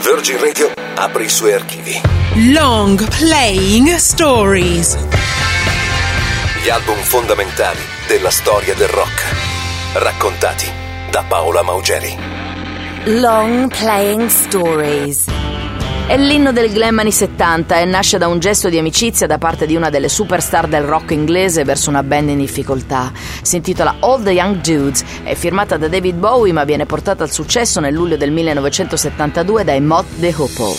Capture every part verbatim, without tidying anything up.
Virgin Radio apre i suoi archivi. Long Playing Stories. Gli album fondamentali della storia del rock, raccontati da Paola Maugeri. Long Playing Stories è l'inno del glam anni settanta e nasce da un gesto di amicizia da parte di una delle superstar del rock inglese verso una band in difficoltà. Si intitola All the Young Dudes, è firmata da David Bowie ma viene portata al successo nel luglio del millenovecentosettantadue dai Mott the Hoople.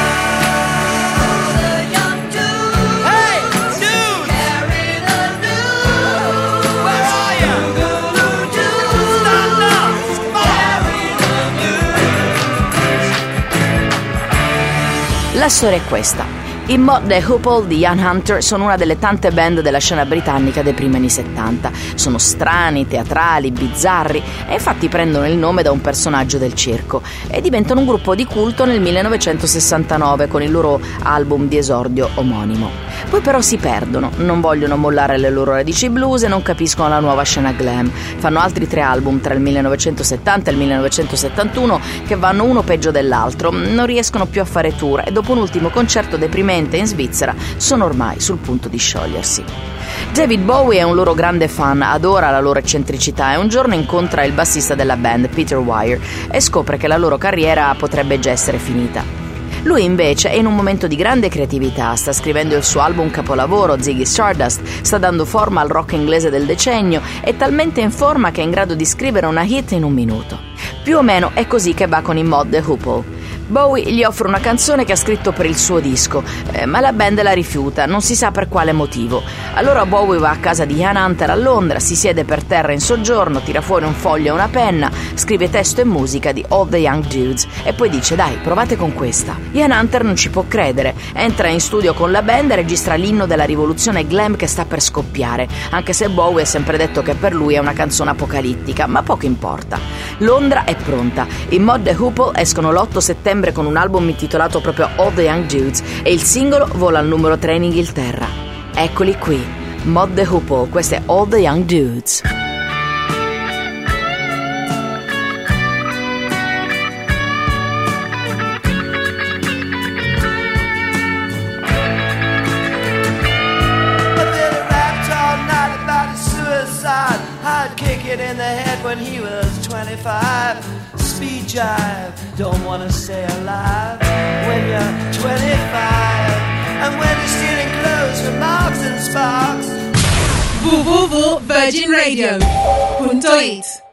La storia è questa. I Mott the Hoople di Ian Hunter sono una delle tante band della scena britannica dei primi anni settanta. Sono strani, teatrali, bizzarri e infatti prendono il nome da un personaggio del circo e diventano un gruppo di culto nel millenovecentosessantanove con il loro album di esordio omonimo. Poi però si perdono, non vogliono mollare le loro radici blues e non capiscono la nuova scena glam. Fanno altri tre album tra il millenovecentosettanta e il millenovecentosettantuno che vanno uno peggio dell'altro, non riescono più a fare tour e dopo un ultimo concerto deprimente in Svizzera sono ormai sul punto di sciogliersi. David Bowie è un loro grande fan, adora la loro eccentricità e un giorno incontra il bassista della band, Peter Weir, e scopre che la loro carriera potrebbe già essere finita. Lui invece è in un momento di grande creatività, sta scrivendo il suo album capolavoro Ziggy Stardust, sta dando forma al rock inglese del decennio, è talmente in forma che è in grado di scrivere una hit in un minuto. Più o meno è così che va con i Mott the Hoople. Bowie gli offre una canzone che ha scritto per il suo disco, eh, ma la band la rifiuta, non si sa per quale motivo. Allora Bowie va a casa di Ian Hunter a Londra, si siede per terra in soggiorno, tira fuori un foglio e una penna, scrive testo e musica di All the Young Dudes e poi dice: dai, provate con questa. Ian Hunter non ci può credere, entra in studio con la band e registra l'inno della rivoluzione glam che sta per scoppiare, anche se Bowie ha sempre detto che per lui è una canzone apocalittica, ma poco importa. Londra è pronta, i Mott the Hoople escono l'otto settembre con un album intitolato proprio All the Young Dudes e il singolo vola al numero tre in Inghilterra. Eccoli qui, Mott the Hoople, questo è All the Young Dudes. In the head when he was twenty-five. Speed jive, don't wanna stay alive when you're twenty-five. And when you're stealing clothes from Marks and Sparks. w w w punto virgin radio punto it